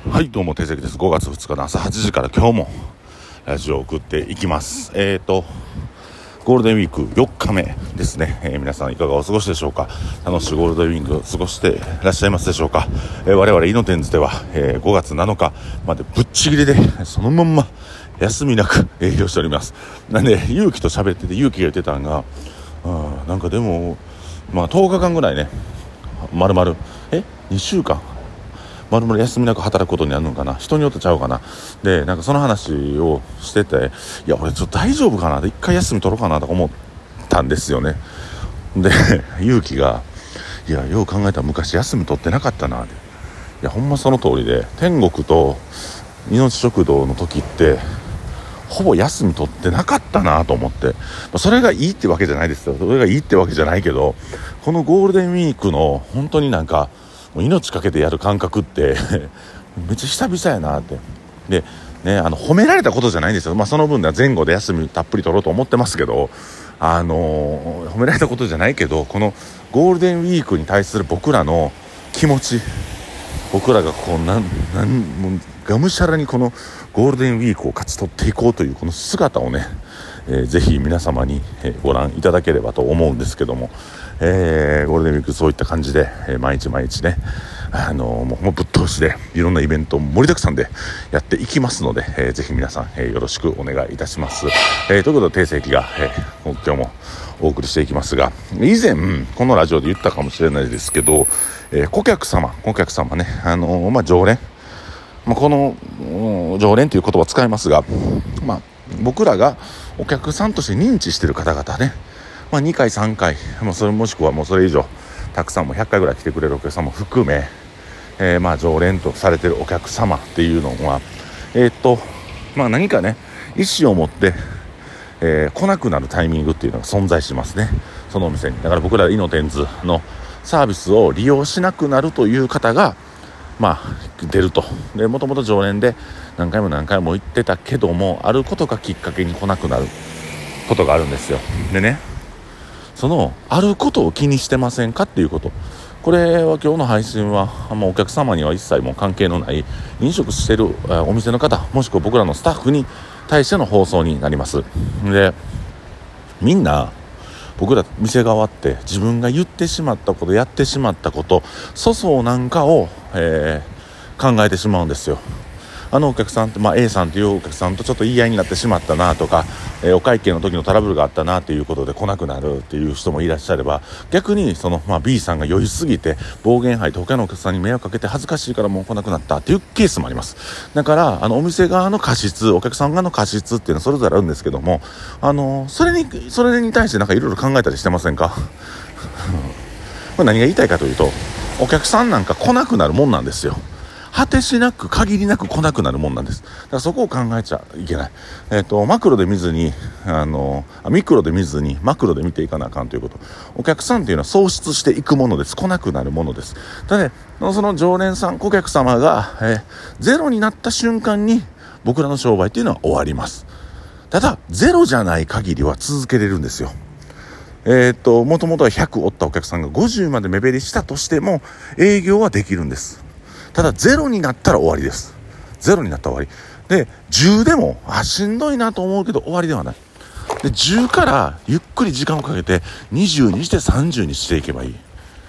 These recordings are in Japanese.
はい、どうも定石です。5月2日の朝8時から今日もラジオを送っていきます。ゴールデンウィーク4日目ですね。皆さんいかがお過ごしでしょうか。楽しいゴールデンウィーク過ごしていらっしゃいますでしょうか。我々イノテンズでは、5月7日までぶっちぎりでそのまんま休みなく営業しております。なんで勇気と喋ってて勇気が言ってたんが、なんかでも10日間ぐらいね、丸々2週間丸々休みなく働くことになるのかな、人によってちゃうかな。でなんかその話をしてて、いや俺ちょっと大丈夫かな、で一回休み取ろうかなとか思ったんですよね。で勇気がいやよう考えたら昔休み取ってなかったなって。いやほんまその通りで、天国と命食堂の時ってほぼ休み取ってなかったなと思って、それがいいってわけじゃないですよ。それがいいってわけじゃないけど、このゴールデンウィークの本当になんか命かけてやる感覚ってめっちゃ久々やなって。でね、褒められたことじゃないんですよ。その分では前後で休みたっぷり取ろうと思ってますけど、褒められたことじゃないけど、このゴールデンウィークに対する僕らの気持ち、僕らがこうもうがむしゃらにこのゴールデンウィークを勝ち取っていこうというこの姿をね、ぜひ皆様にご覧いただければと思うんですけども、ゴールデンウィークそういった感じで、毎日ね、もうぶっ通しでいろんなイベント盛りだくさんでやっていきますので、ぜひ皆さん、よろしくお願いいたします。ということで定石が、今日もお送りしていきますが、以前このラジオで言ったかもしれないですけど、顧客様ね、常連、この常連という言葉を使いますが、僕らがお客さんとして認知している方々ね、2回3回それもしくはもうそれ以上たくさんも100回ぐらい来てくれるお客様も含め、常連とされているお客様っていうのは何かね意思を持って、来なくなるタイミングっていうのが存在しますね、そのお店に。だから僕らイノテンズのサービスを利用しなくなるという方が出ると。でもともと常連で何回も行ってたけども、あることがきっかけに来なくなることがあるんですよ。でね、そのあることを気にしてませんかっていうこと、これは今日の配信はお客様には一切も関係のない飲食してるお店の方、もしくは僕らのスタッフに対しての放送になります。でみんな僕ら店側って自分が言ってしまったこと、やってしまったこと、粗相なんかを、考えてしまうんですよ。お客さんって、A さんというお客さんとちょっと言い合いになってしまったなとか、お会計の時のトラブルがあったなということで来なくなるっていう人もいらっしゃれば、逆にB さんが酔いすぎて暴言吐いて他のお客さんに迷惑かけて恥ずかしいからもう来なくなったっていうケースもあります。だからお店側の過失、お客さん側の過失っていうのはそれぞれあるんですけども、それに対してなんかいろいろ考えたりしてませんか何が言いたいかというと、お客さんなんか来なくなるもんなんですよ。果てしなく限りなく来なくなるもんなんです。だからそこを考えちゃいけない。マクロで見ずにミクロで見ずにマクロで見ていかなあかんということ。お客さんというのは喪失していくものです。来なくなるものです。ただね、その常連さん顧客様が、ゼロになった瞬間に僕らの商売っていうのは終わります。ただゼロじゃない限りは続けれるんですよ。もともとは100おったお客さんが50まで目減りしたとしても営業はできるんです。ただゼロになったら終わりです。ゼロになったら終わりで、10でもしんどいなと思うけど終わりではない。で10からゆっくり時間をかけて20にして30にしていけばいい。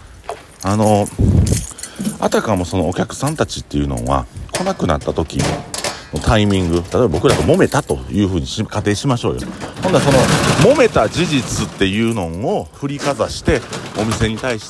あたかもそのお客さんたちっていうのは来なくなった時のタイミング、例えば僕らと揉めたというふうに仮定しましょうよ。今度はその揉めた事実っていうのを振りかざしてお店に対して、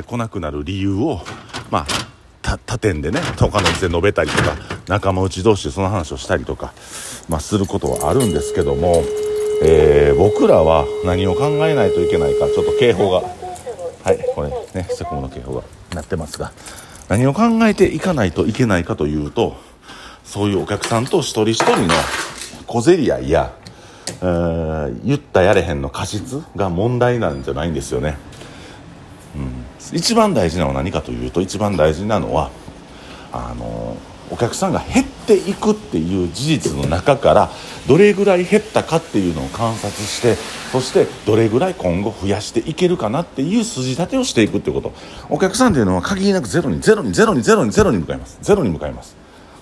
来なくなる理由を他店でね他の店述べたりとか、仲間内同士でその話をしたりとか、することはあるんですけども、僕らは何を考えないといけないか。ちょっと警報がこれねセコムの警報が鳴ってますが、何を考えていかないといけないかというと、そういうお客さんと一人一人の小競り合いや言ったやれへんの過失が問題なんじゃないんですよね。一番大事なのは何かというと、一番大事なのはお客さんが減っていくっていう事実の中からどれぐらい減ったかっていうのを観察して、そしてどれぐらい今後増やしていけるかなっていう筋立てをしていくってこと。お客さんっていうのは限りなくゼロに向かいます。ゼロに向かいます。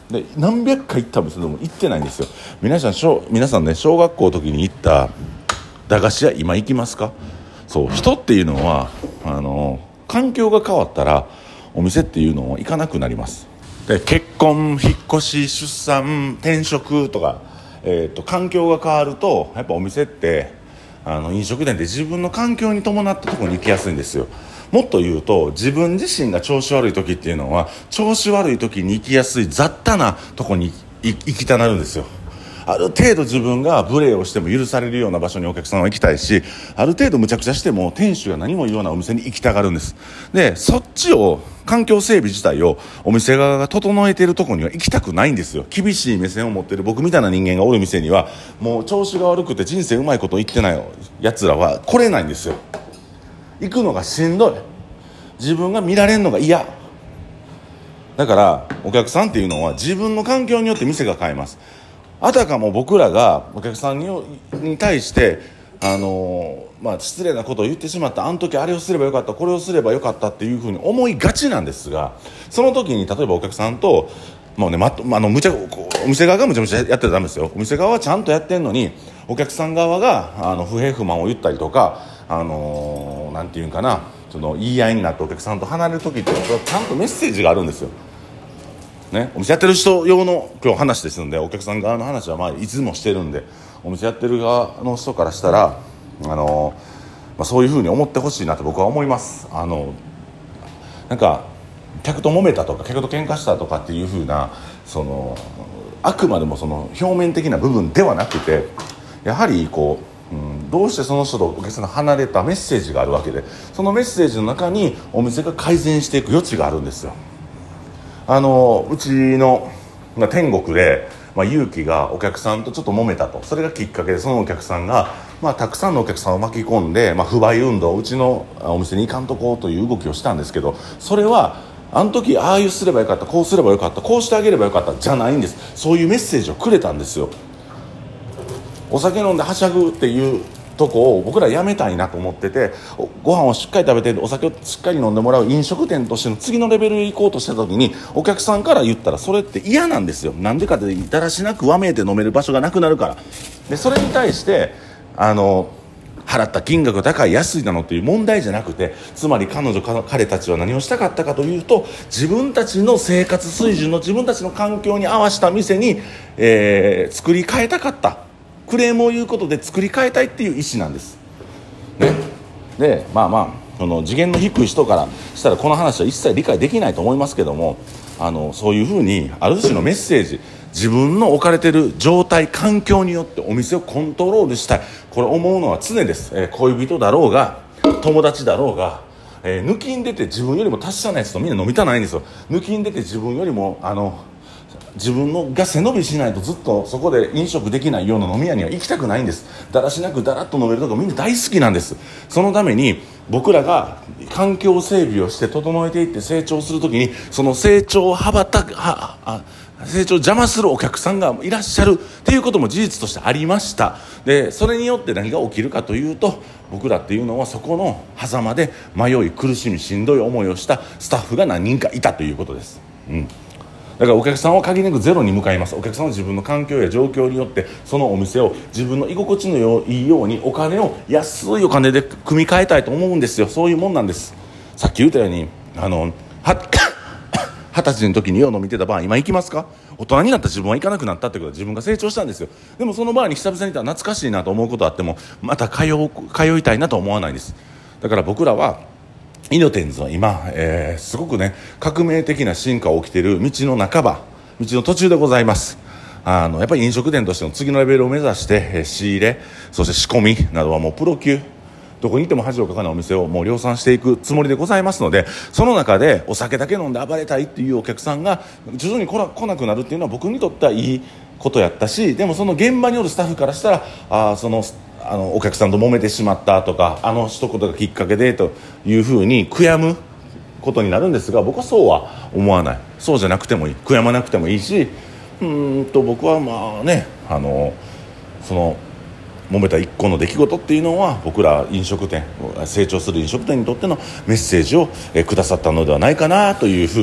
で何百回行った店でも行ってないんですよ。皆さんね、小学校の時に行った駄菓子屋今行きますか？そう、人っていうのは環境が変わったらお店っていうのを行かなくなります。で結婚、引っ越し、出産、転職とか、環境が変わるとやっぱお店って飲食店って自分の環境に伴ったところに行きやすいんですよ。もっと言うと自分自身が調子悪い時っていうのは調子悪い時に行きやすい雑多なとこに行きたなるんですよ。ある程度自分が無礼をしても許されるような場所にお客さんは行きたいし、ある程度むちゃくちゃしても店主が何も言うようなお店に行きたがるんです。でそっちを環境整備自体をお店側が整えているところには行きたくないんですよ。厳しい目線を持っている僕みたいな人間がおる店にはもう調子が悪くて人生うまいこと言ってないやつらは来れないんですよ。行くのがしんどい、自分が見られるのが嫌だから、お客さんっていうのは自分の環境によって店が変えます。あたかも僕らがお客さんに対して失礼なことを言ってしまった、あの時あれをすればよかった、これをすればよかったっていうふうに思いがちなんですが、その時に例えばお客さんともうね、お店側がむちゃむちゃやってたらダメですよ。お店側はちゃんとやってんのにお客さん側が不平不満を言ったりとかなんていうんかな、その言い合いになってお客さんと離れる時ってちゃんとメッセージがあるんですよ。ね、お店やってる人用の今日話ですので、お客さん側の話はいつもしてるんで、お店やってる側の人からしたらそういう風に思ってほしいなと僕は思います。なんか客と揉めたとか客と喧嘩したとかっていう風なあくまでもその表面的な部分ではなくて、やはりどうしてその人とお客さんが離れたメッセージがあるわけで、そのメッセージの中にお店が改善していく余地があるんですよ。うちの天国で、勇気がお客さんとちょっと揉めたと、それがきっかけでそのお客さんが、たくさんのお客さんを巻き込んで、不買運動、うちのお店に行かんとこうという動きをしたんですけど、それはあの時ああいうすればよかった、こうすればよかった、こうしてあげればよかったじゃないんです。そういうメッセージをくれたんですよ。お酒飲んではしゃぐっていうとこを僕らやめたいなと思ってて、ご飯をしっかり食べてお酒をしっかり飲んでもらう飲食店としての次のレベルへ行こうとした時に、お客さんから言ったらそれって嫌なんですよ。なんでかってだらしなくわめいて飲める場所がなくなるから。でそれに対して払った金額が高い安いなのっていう問題じゃなくて、つまり彼たちは何をしたかったかというと、自分たちの生活水準の自分たちの環境に合わせた店に、作り変えたかった、クレームを言うことで作り変えたいっていう意思なんです、ね、で次元の低い人からしたらこの話は一切理解できないと思いますけども、そういうふうにある種のメッセージ、自分の置かれている状態環境によってお店をコントロールしたい、これ思うのは常です、恋人だろうが友達だろうが、抜きに出て自分よりも達者なやつとみんな飲みたないんですよ。抜きに出て自分よりも自分が背伸びしないとずっとそこで飲食できないような飲み屋には行きたくないんです。だらしなくだらっと飲めるとこみんな大好きなんです。そのために僕らが環境整備をして整えていって成長するときに、その成長を成長を邪魔するお客さんがいらっしゃるっていうことも事実としてありました。でそれによって何が起きるかというと、僕らっていうのはそこの狭間で迷い苦しみしんどい思いをしたスタッフが何人かいたということです、だからお客さんは限りなくゼロに向かいます。お客さんは自分の環境や状況によってそのお店を自分の居心地のいいようにお金を安いお金で組み替えたいと思うんですよ。そういうもんなんです。さっき言ったように20歳の時によう飲みてたバー今行きますか？大人になった自分は行かなくなったってことは自分が成長したんですよ。でもそのバーに久々に行ったら懐かしいなと思うことあってもまた通いたいなと思わないです。だから僕らはイノテンズは今、すごくね革命的な進化が起きている道の半ば、道の途中でございます。やっぱり飲食店としての次のレベルを目指して、仕入れそして仕込みなどはもうプロ級、どこにいても恥をかかないお店をもう量産していくつもりでございますので、その中でお酒だけ飲んで暴れたいっていうお客さんが徐々に来なくなるっていうのは僕にとってはいいことやったし、でもその現場におるスタッフからしたらお客さんと揉めてしまったとか一言がきっかけでというふうに悔やむことになるんですが、僕はそうは思わない。そうじゃなくてもいい、悔やまなくてもいいし、僕はその揉めた一個の出来事っていうのは僕ら飲食店、成長する飲食店にとってのメッセージをくださったのではないかなというふうに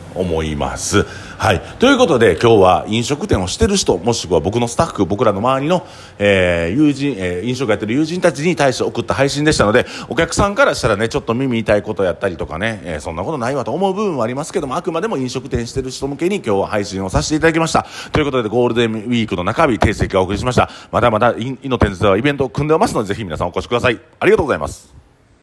思います。はい。ということで、今日は飲食店をしてる人、もしくは僕のスタッフ、僕らの周りの、友人、飲食やってる友人たちに対して送った配信でしたので、お客さんからしたらね、ちょっと耳痛いことやったりとかね、そんなことないわと思う部分はありますけども、あくまでも飲食店してる人向けに今日は配信をさせていただきました。ということで、ゴールデンウィークの中日、定石がお送りしました。まだまだイノテンズではイベントを組んでおりますので、ぜひ皆さんお越しください。ありがとうございます。